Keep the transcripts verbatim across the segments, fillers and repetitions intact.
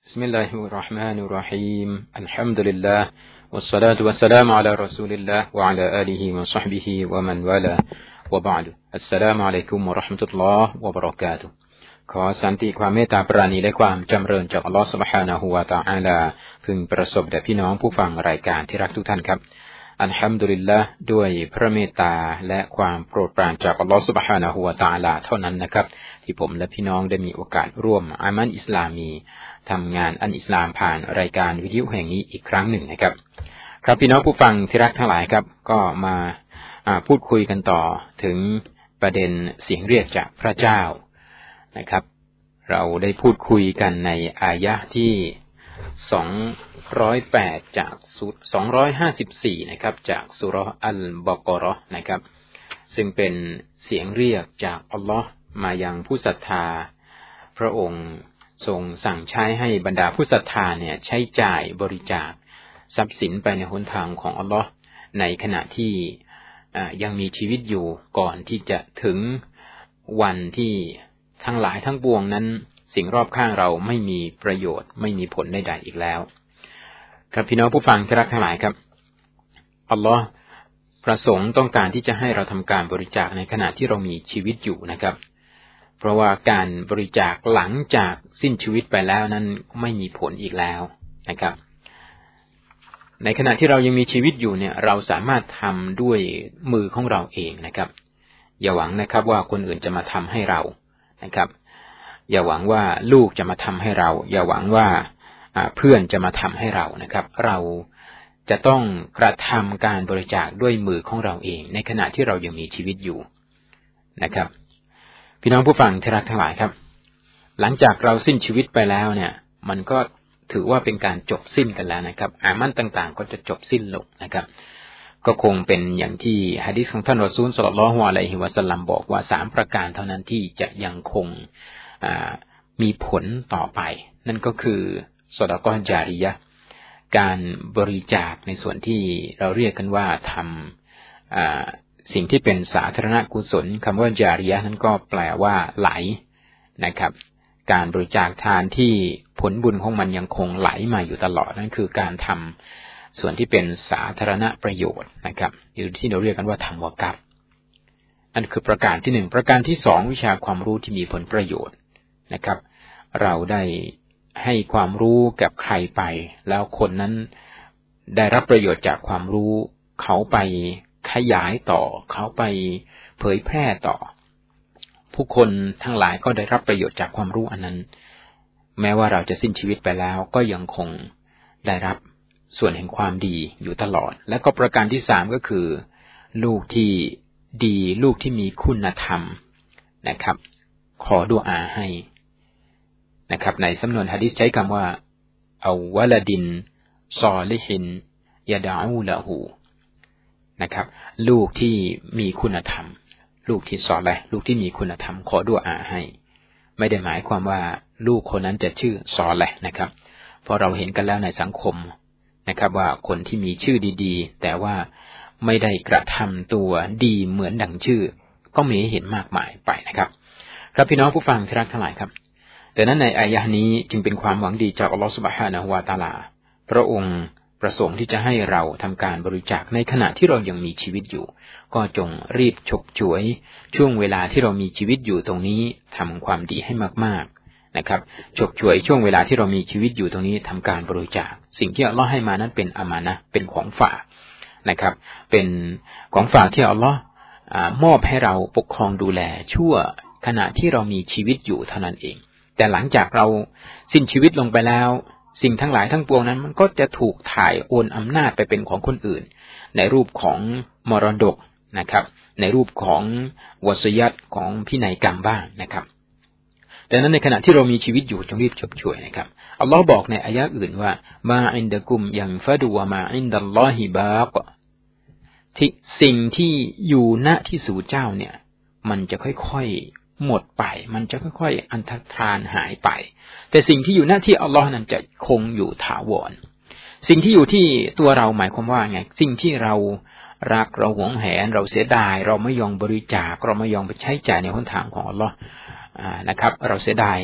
بسم الله الرحمن الرحيم الحمد لله والصلاة والسلام على رسول الله وعلى آله وصحبه ومن والاه وبعد السلام عليكم ورحمة الله وبركاتهขอสันติความเมตตาปราณีและความจำเริญจากอัลลอฮฺซุบฮานะฮูวะตะอาลาพึงประสบแด่พี่น้องผู้ฟังรายการที่รักทุกท่านครับอัลฮัมดุลิลละห์ด้วยพระเมตตาและความโปรดปรานจากอัลลอฮฺซุบฮานะฮูวะตะอาลาเท่านั้นนะครับที่ผมและพี่น้องได้มีโอกาสร่วมอามัลอิสลามีทำงานอันอิสลามผ่านรายการวิทยุแห่งนี้อีกครั้งหนึ่งนะครับครับพี่น้องผู้ฟังที่รักทั้งหลายครับก็มาพูดคุยกันต่อถึงประเด็นเสียงเรียกจากพระเจ้านะครับเราได้พูดคุยกันในอายะห์ที่สองร้อยแปดจากสองร้อยห้าสิบสี่นะครับจากซูเราะห์อัลบะเกาะเราะห์นะครับซึ่งเป็นเสียงเรียกจากอัลลอฮ์มายังผู้ศรัทธาพระองค์ทรงสั่งใช้ให้บรรดาผู้ศรัทธาเนี่ยใช้จ่ายบริจาคทรัพย์สินไปในหนทางของอัลลอฮ์ในขณะที่ยังมีชีวิตอยู่ก่อนที่จะถึงวันที่ทั้งหลายทั้งปวงนั้นสิ่งรอบข้างเราไม่มีประโยชน์ไม่มีผลใดๆอีกแล้วครับพี่น้องผู้ฟังที่รักทั้งหลายครับอัลลอฮ์ประสงค์ต้องการที่จะให้เราทำการบริจาคในขณะที่เรามีชีวิตอยู่นะครับเพราะว่าการบริจาคหลังจากสิ้นชีวิตไปแล้วนั้นไม่มีผลอีกแล้วนะครับในขณะที่เรายังมีชีวิตอยู่เนี่ยเราสามารถทำด้วยมือของเราเองนะครับอย่าหวังนะครับว่าคนอื่นจะมาทำให้เรานะครับอย่าหวังว่าลูกจะมาทำให้เราอย่าหวังว่าเพื่อนจะมาทำให้เรานะครับเราจะต้องกระทำการบริจาคด้วยมือของเราเองในขณะที่เรายังมีชีวิตอยู่นะครับพี่น้องผู้ฟังที่รักทั้งหลายครับหลังจากเราสิ้นชีวิตไปแล้วเนี่ยมันก็ถือว่าเป็นการจบสิ้นกันแล้วนะครับอามัลต่างๆก็จะจบสิ้นลงนะครับก็คงเป็นอย่างที่หะดีษของท่านรอซูลศ็อลลัลลอฮุอะลัยฮิวะซัลลัมบอกว่าสามประการเท่านั้นที่จะยังคงมีผลต่อไปนั่นก็คือซอดะกอฮ์ญาริยะห์การบริจาคในส่วนที่เราเรียกกันว่าทำสิ่งที่เป็นสาธารณกุศลคำว่าญาริยะห์นั้นก็แปลว่าไหลนะครับการบริจาคทานที่ผลบุญของมันยังคงไหลมาอยู่ตลอดนั่นคือการทำส่วนที่เป็นสาธารณประโยชน์นะครับหรือที่เราเรียกกันว่าทำวะกัฟนั่นคือประการที่หนึ่งประการที่สองวิชาความรู้ที่มีผลประโยชน์นะครับเราได้ให้ความรู้กับใครไปแล้วคนนั้นได้รับประโยชน์จากความรู้เขาไปขยายต่อเขาไปเผยแพร่ต่อผู้คนทั้งหลายก็ได้รับประโยชน์จากความรู้อันนั้นแม้ว่าเราจะสิ้นชีวิตไปแล้วก็ยังคงได้รับส่วนแห่งความดีอยู่ตลอดและก็ประการที่สามก็คือลูกที่ดีลูกที่มีคุณธรรมนะครับขอดุอาให้นะครับในสำนวนหะดีษใช้คำว่าเอาวะลาดินซอลิฮินยะดะอูละหูนะครับลูกที่มีคุณธรรมลูกที่ซอลิฮ์ลูกที่มีคุณธรรมขอดุอาให้ไม่ได้หมายความว่าลูกคนนั้นจะชื่อซอลิฮ์นะครับเพราะเราเห็นกันแล้วในสังคมนะครับว่าคนที่มีชื่อดีๆแต่ว่าไม่ได้กระทำตัวดีเหมือนดังชื่อก็มีให้เห็นมากมายไปนะครับครับพี่น้องผู้ฟังที่รักทั้งหลายครับแต่นั้นในอายะห์นี้จึงเป็นความหวังดีจากอัลลอฮฺซุบฮานะฮูวะตะอาลาพระองค์ประสงค์ที่จะให้เราทำการบริจาคในขณะที่เรายังมีชีวิตอยู่ก็จงรีบฉกฉวยช่วงเวลาที่เรามีชีวิตอยู่ตรงนี้ทำความดีให้มากๆนะครับฉกฉวยช่วงเวลาที่เรามีชีวิตอยู่ตรงนี้ทำการบริจาคสิ่งที่อัลลอฮฺให้มานั้นเป็นอามานะห์เป็นของฝากนะครับเป็นของฝากที่อัลลอฮฺมอบให้เราปกครองดูแลชั่วขณะที่เรามีชีวิตอยู่เท่านั้นเองแต่หลังจากเราสิ้นชีวิตลงไปแล้วสิ่งทั้งหลายทั้งปวงนั้นมันก็จะถูกถ่ายโอนอำนาจไปเป็นของคนอื่นในรูปของมรดกนะครับในรูปของวะซียะห์ของพินัยกรรมบ้างนะครับดังนั้นในขณะที่เรามีชีวิตอยู่จงรีบฉกฉวยนะครับอัลลอฮ์บอกในอายะห์อื่นว่ามาอินดะกุมยังฟะดูวะมาอินดัลลอฮิบาक़ที่สิ่งที่อยู่ณที่สู่เจ้าเนี่ยมันจะค่อยๆหมดไปมันจะค่อยๆอันธพาลหายไปแต่สิ่งที่อยู่ณที่อัลลอฮ์นั้นจะคงอยู่ถาวรสิ่งที่อยู่ที่ตัวเราหมายความว่าไงสิ่งที่เรารักเราหวงแหนเราเสียดายเราไม่ยอมบริจาคเราไม่ยอมไปใช้จ่ายในหนทางของอัลลอฮ์นะครับเราเสียดาย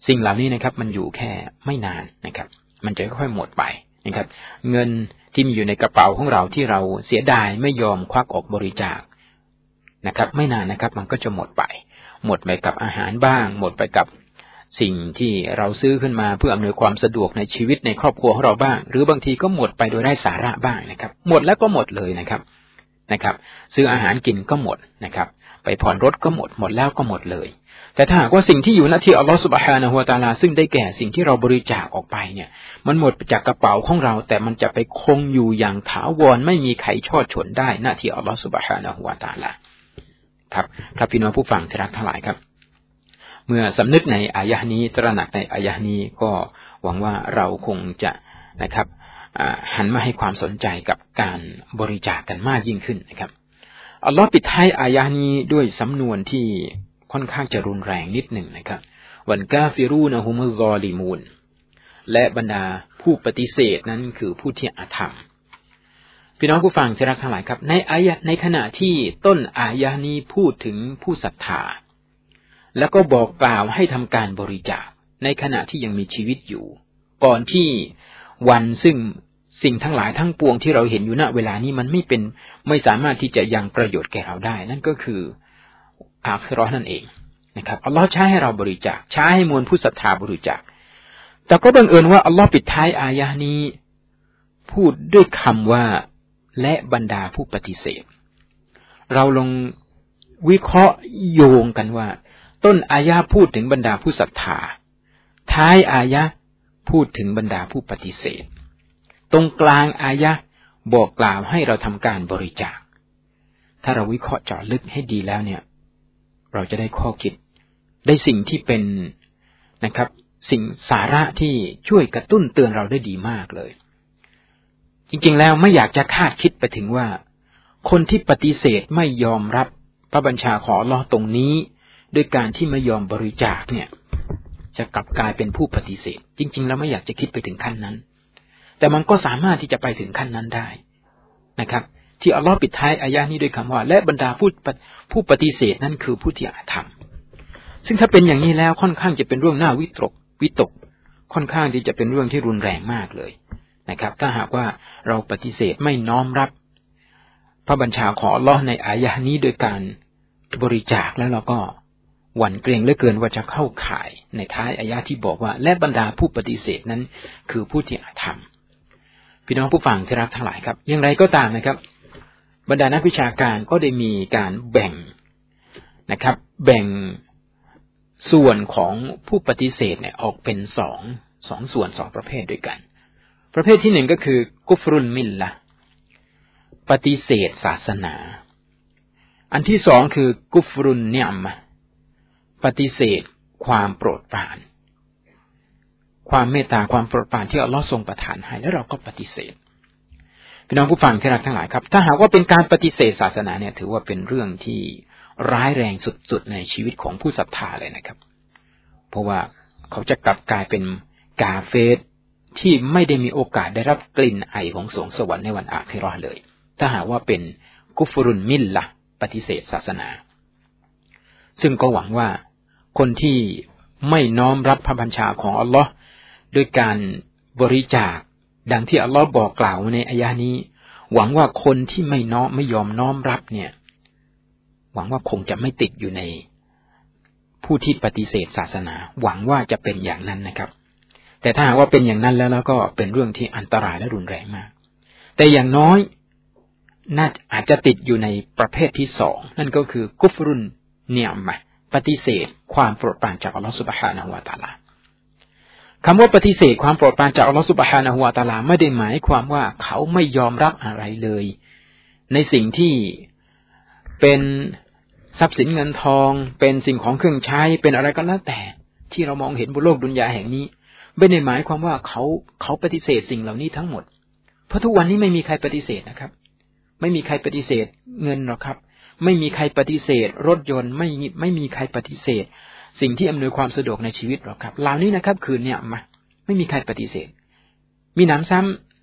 สิ่งเหล่านี้นะครับมันอยู่แค่ไม่นานนะครับมันจะค่อยๆหมดไปนะครับเงินที่มีอยู่ในกระเป๋าของเราที่เราเสียดายไม่ยอมควักออกบริจาคนะครับไม่นานนะครับมันก็จะหมดไปหมดไปกับอาหารบ้างหมดไปกับสิ่งที่เราซื้อขึ้นมาเพื่ออำนวยความสะดวกในชีวิตในครอบครัวของเราบ้างหรือบางทีก็หมดไปโดยไร้สาระบ้างนะครับหมดแล้วก็หมดเลยนะครับนะครับซื้ออาหารกินก็หมดนะครับไปผ่อนรถก็หมดหมดแล้วก็หมดเลยแต่ถ้าหากว่าสิ่งที่อยู่ณที่อัลลอฮฺซุบฮานะฮูวะตะอาลาซึ่งได้แก่สิ่งที่เราบริจาคออกไปเนี่ยมันหมดจากกระเป๋าของเราแต่มันจะไปคงอยู่อย่างถาวรไม่มีใครชอดฉนได้ณที่อัลลอฮฺซุบฮานะฮูวะตะอาลาครับครับพี่น้องผู้ฟังที่รักทั้งหลายครับเมื่อสำนึกในอายะห์นี้ตระหนักในอายะห์นี้ก็หวังว่าเราคงจะนะครับหันมาให้ความสนใจกับการบริจาคกันมากยิ่งขึ้นนะครับอัลลอฮ์ปิดท้ายอายะห์นี้ด้วยสำนวนที่ค่อนข้างจะรุนแรงนิดหนึ่งนะครับวันกาฟิรูนะฮุมุซอลิมูนและบรรดาผู้ปฏิเสธนั้นคือผู้ที่อาธรรมพี่น้องผู้ฟังที่รักทั้งหลายครับในอายะในขณะที่ต้นอายะนี้พูดถึงผู้ศรัทธาแล้วก็บอกกล่าวให้ทำการบริจาคในขณะที่ยังมีชีวิตอยู่ก่อนที่วันซึ่งสิ่งทั้งหลายทั้งปวงที่เราเห็นอยู่ณเวลานี้มันไม่เป็นไม่สามารถที่จะยังประโยชน์แก่เราได้นั่นก็คืออาคิเราะห์นั่นเองนะครับอัลลอฮ์ใช้ให้เราบริจาคใช้ให้มวลผู้ศรัทธาบริจาคแต่ก็บังเอิญว่าอัลลอฮ์ปิดท้ายอายะห์นี้พูดด้วยคำว่าและบรรดาผู้ปฏิเสธเราลองวิเคราะห์โยงกันว่าต้นอายะห์พูดถึงบรรดาผู้ศรัทธาท้ายอายะห์พูดถึงบรรดาผู้ปฏิเสธตรงกลางอายะห์บอกกล่าวให้เราทำการบริจาคถ้าเราวิเคราะห์เจาะลึกให้ดีแล้วเนี่ยเราจะได้ข้อคิดได้สิ่งที่เป็นนะครับสิ่งสาระที่ช่วยกระตุ้นเตือนเราได้ดีมากเลยจริงๆแล้วไม่อยากจะคาดคิดไปถึงว่าคนที่ปฏิเสธไม่ยอมรับพระบัญชาของอัลเลาะห์ตรงนี้ด้วยการที่ไม่ยอมบริจาคเนี่ยจะกลับกลายเป็นผู้ปฏิเสธจริงๆแล้วไม่อยากจะคิดไปถึงขั้นนั้นแต่มันก็สามารถที่จะไปถึงขั้นนั้นได้นะครับที่อัลเลาะห์ปิดท้ายอายะห์นี้ด้วยคำว่าและบรรดาผู้ผู้ปฏิเสธนั้นคือผู้ที่อาธรรมซึ่งถ้าเป็นอย่างนี้แล้วค่อนข้างจะเป็นเรื่องน่าวิตกวิตกค่อนข้างที่จะเป็นเรื่องที่รุนแรงมากเลยนะครับถ้าหากว่าเราปฏิเสธไม่น้อมรับพระบัญชาของอัลเลาะห์ในอายะห์นี้โดยการบริจาคแล้วเราก็หวั่นเกรงเหลือเกินว่าจะเข้าข่ายในท้ายอายะห์ที่บอกว่าและบรรดาผู้ปฏิเสธนั้นคือผู้ที่อาธรรมพี่น้องผู้ฟังที่รักทั้งหลายครับอย่างไรก็ตามนะครับบรรดานักวิชาการก็ได้มีการแบ่งนะครับแบ่งส่วนของผู้ปฏิเสธเนี่ยออกเป็นสองสองส่วนสองประเภทด้วยกันประเภทที่หนึ่งก็คือกุฟรุนมิลละปฏิเสธศาสนาอันที่สองคือกุฟรุนเนียมะปฏิเสธความโปรดปรานความเมตตาความโปรดปรานที่อัลเลาะห์ทรงประทานให้แล้วเราก็ปฏิเสธพี่น้องผู้ฟังที่รักทั้งหลายครับถ้าหากว่าเป็นการปฏิเสธศาสนาเนี่ยถือว่าเป็นเรื่องที่ร้ายแรงสุดๆในชีวิตของผู้ศรัทธาเลยนะครับเพราะว่าเขาจะกลับกลายเป็นกาเฟรที่ไม่ได้มีโอกาสได้รับกลิ่นไอของสวงสวรรค์ในวันอาคิเราะห์เลยถ้าหากว่าเป็นกุฟรุนมิลละปฏิเสธศาสนาซึ่งก็หวังว่าคนที่ไม่น้อมรับพระบัญชาของอัลลอฮ์ด้วยการบริจาคดังที่อัลลอฮ์บอกกล่าวในอายะห์นี้หวังว่าคนที่ไม่น้อมไม่ยอมน้อมรับเนี่ยหวังว่าคงจะไม่ติดอยู่ในผู้ที่ปฏิเสธศาสนาหวังว่าจะเป็นอย่างนั้นนะครับแต่ถ้าหากว่าเป็นอย่างนั้นแล้วแล้วก็เป็นเรื่องที่อันตรายและรุนแรงมากแต่อย่างน้อยน่าอาจจะติดอยู่ในประเภทที่สองนั่นก็คือกุฟรุนเนียมะปฏิเสธความโปรดปรานจากอัลลอฮฺซุบฮานะฮูวะตะอาลาคำว่าปฏิเสธความโปรดปรานจากอัลลอฮฺซุบฮานะฮูวะตะอาลาไม่ได้หมายความว่าเขาไม่ยอมรับอะไรเลยในสิ่งที่เป็นทรัพย์สินเงินทองเป็นสิ่งของเครื่องใช้เป็นอะไรก็แล้วแต่ที่เรามองเห็นบนโลกดุนยาแห่งนี้ไม่ได้หมายความว่าเขาเขาปฏิเสธสิ่งเหล่านี้ทั้งหมดเพราะทุกวันนี้ไม่มีใครปฏิเสธนะครับไม่มีใครปฏิเสธเงินหรอกครับไม่มีใครปฏิเสธรถยนต์ไม่ไม่มีใครปฏิเสธสิ่งที่อำนวยความสะดวกในชีวิตหรอกครับเหล่านี้นะครับคือเนี่ยมาไม่มีใครปฏิเสธมีหนำซ้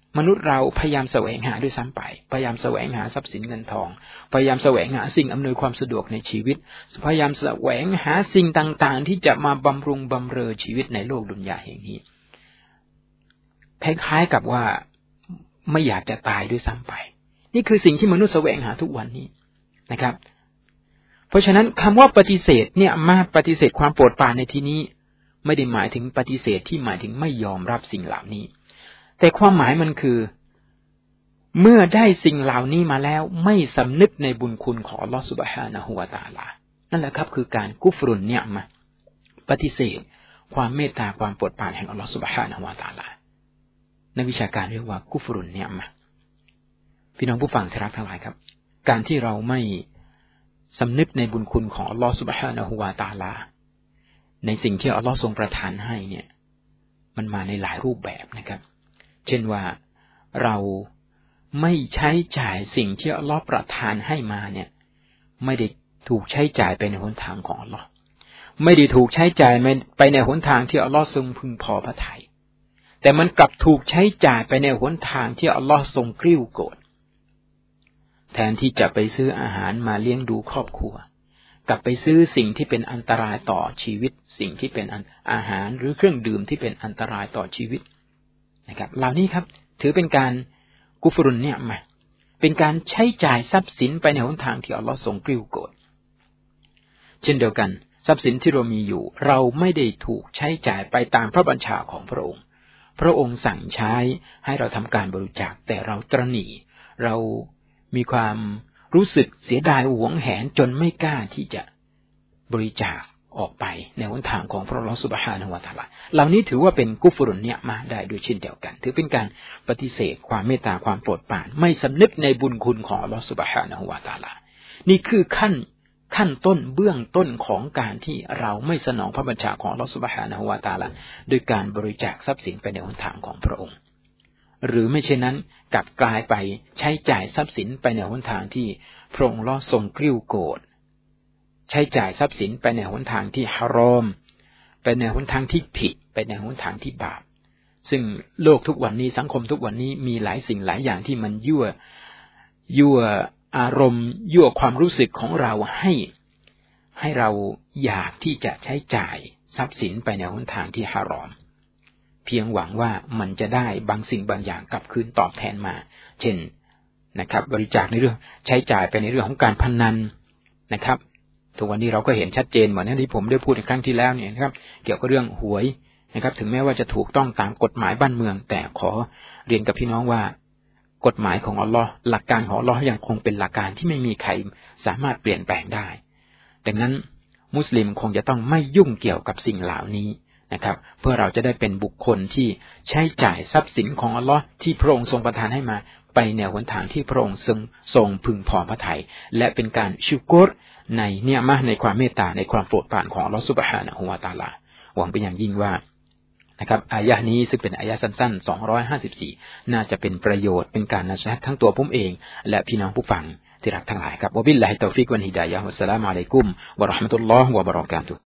มนุษย์เราพยายามแสวงหาด้วยซ้ำไปพยายามแสวงหาทรัพย์สินเงินทองพยายามแสวงหาสิ่งอำนวยความสะดวกในชีวิตพยายามแสวงหาสิ่งต่างๆที่จะมาบำรุงบำเรอชีวิตในโลกดุนยาแห่งนี้คล้ายๆกับว่าไม่อยากจะตายด้วยซ้ำไปนี่คือสิ่งที่มนุษย์แสวงหาทุกวันนี้นะครับเพราะฉะนั้นคำว่าปฏิเสธเนี่ยมาปฏิเสธความโปรดปรานในที่นี้ไม่ได้หมายถึงปฏิเสธที่หมายถึงไม่ยอมรับสิ่งเหล่านี้แต่ความหมายมันคือเมื่อได้สิ่งเหล่านี้มาแล้วไม่สำนึกในบุญคุณของอัลเลาะห์ซุบฮานะฮูวะตะอาลานั่นแหละครับคือการกุฟรุนเนี่ยมาปฏิเสธความเมตตาความโปรดปรานแห่งอัลเลาะห์ซุบฮานะฮูวะตะอาลาในวิชาการเรียกว่ากุฟรุนเนี่ยมาพี่น้องผู้ฟังที่รักทั้งหลายครับการที่เราไม่สำนึกในบุญคุณของอัลเลาะห์ซุบฮานะฮูวะตะอาลาในสิ่งที่อัลเลาะห์ทรงประทานให้เนี่ยมันมาในหลายรูปแบบนะครับเช่นว่าเราไม่ใช้จ่ายสิ่งที่อัลเลาะห์ประทานให้มาเนี่ยไม่ได้ถูกใช้จ่ายไปในหนทางของอัลเลาะห์ไม่ได้ถูกใช้จ่ายไปในหนทางที่อัลเลาะห์ทรงพึงพอพระทัยแต่มันกลับถูกใช้จ่ายไปในหนทางที่อัลเลาะห์ทรงกริ้วโกรธแทนที่จะไปซื้ออาหารมาเลี้ยงดูครอบครัวกลับไปซื้อสิ่งที่เป็นอันตรายต่อชีวิตสิ่งที่เป็นอาหารหรือเครื่องดื่มที่เป็นอันตรายต่อชีวิตนะครับเหล่านี้ครับถือเป็นการกุฟรุนเนี่ยมาเป็นการใช้จ่ายทรัพย์สินไปในหนทางที่อัลเลาะห์ทรงกริ้วโกรธเช่นเดียวกันทรัพย์สินที่เรามีอยู่เราไม่ได้ถูกใช้จ่ายไปตามพระบัญชาของพระองค์พระองค์สั่งใช้ให้เราทำการบริจาคแต่เราตระหนี่เรามีความรู้สึกเสียดายหวงแหนจนไม่กล้าที่จะบริจาคออกไปในหนทางของพระอัลเลาะห์ซุบฮานะฮูวะตะอาลาเหล่านี้ถือว่าเป็นกุฟรุนเนี่ยมาได้ด้วยเช่นเดียวกันถือเป็นการปฏิเสธความเมตตาความโปรดปรานไม่สำนึกในบุญคุณของอัลเลาะห์ซุบฮานะฮูวะตะอาลานี่คือขั้นขั้นต้นเบื้องต้นของการที่เราไม่สนองพระบัญชาของอัลเลาะห์ซุบฮานะฮูวะตะอาลาโดยการบริจาคทรัพย์สินไปในหนทางของพระองค์หรือไม่เช่นนั้นกลับกลายไปใช้จ่ายทรัพย์สินไปในหนทางที่พระองค์ทรงกริ้วโกรธใช้จ่ายทรัพย์สินไปในหนทางที่ฮารอมไปในหนทางที่ผิดไปในหนทางที่บาปซึ่งโลกทุกวันนี้สังคมทุกวันนี้มีหลายสิ่งหลายอย่างที่มันยั่วยั่วอารมณ์ยั่วความรู้สึกของเราให้ให้เราอยากที่จะใช้จ่ายทรัพย์สินไปในหนทางที่ฮารอมเพียงหวังว่ามันจะได้บางสิ่งบางอย่างกลับคืนตอบแทนมาเช่นนะครับบริจาคในเรื่องใช้จ่ายไปในเรื่องของการพนันนะครับทุกวันนี้เราก็เห็นชัดเจนเหมือนที่ผมได้พูดในครั้งที่แล้วเนี่ยนะครับเกี่ยวกับเรื่องหวยนะครับถึงแม้ว่าจะถูกต้องตามกฎหมายบ้านเมืองแต่ขอเรียนกับพี่น้องว่ากฎหมายของอัลเลาะห์หลักการของอัลเลาะห์ยังคงเป็นหลักการที่ไม่มีใครสามารถเปลี่ยนแปลงได้ดังนั้นมุสลิมคงจะต้องไม่ยุ่งเกี่ยวกับสิ่งเหล่านี้นะครับเพื่อเราจะได้เป็นบุคคลที่ใช้จ่ายทรัพย์สินของอัลเลาะห์ที่พระองค์ทรงประทานให้มาไปในหนทางที่พระองค์ทรงทรงพึงพอพระทัยและเป็นการชุกรในเนี่ยมะในความเมตตาในความโปรดปรานของอัลเลาะห์ซุบฮานะฮูวะตะอาลาหวังเป็นอย่างยิ่งว่านะครับอายะห์นี้ซึ่งเป็นอายะห์สั้นๆสองร้อยห้าสิบสี่น่าจะเป็นประโยชน์เป็นการนะซีฮะห์ทั้งตัวผมเองและพี่น้องผู้ฟังที่รักทั้งหลายครับวะบิลลาฮิตตอฟิกวัลฮิดายะฮ์วัสสลามุอะลัยกุมวะเราะห์มะตุลลอฮ์วะบะเราะกาตุฮ์